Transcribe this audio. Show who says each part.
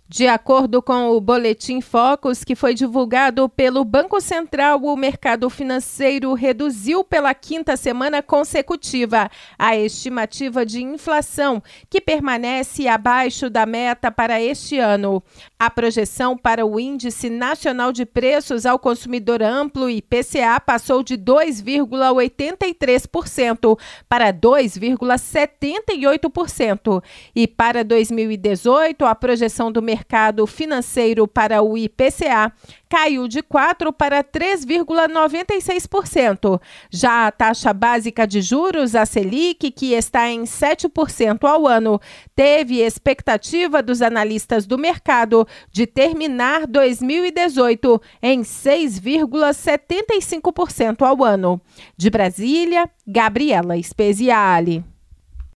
Speaker 1: De acordo com o Boletim Focus, que foi divulgado pelo Banco Central, o mercado financeiro reduziu pela quinta semana consecutiva a estimativa de inflação, que permanece abaixo da meta para este ano. A projeção para o Índice Nacional de Preços ao Consumidor Amplo, IPCA, passou de 2,83% para 2,78%. E para 2018, a projeção do mercado financeiro para o IPCA caiu de 4% para 3,96%. Já a taxa básica de juros, a Selic, que está em 7% ao ano, teve expectativa dos analistas do mercado de terminar 2018 em 6,75% ao ano. De Brasília, Gabriela Speziale.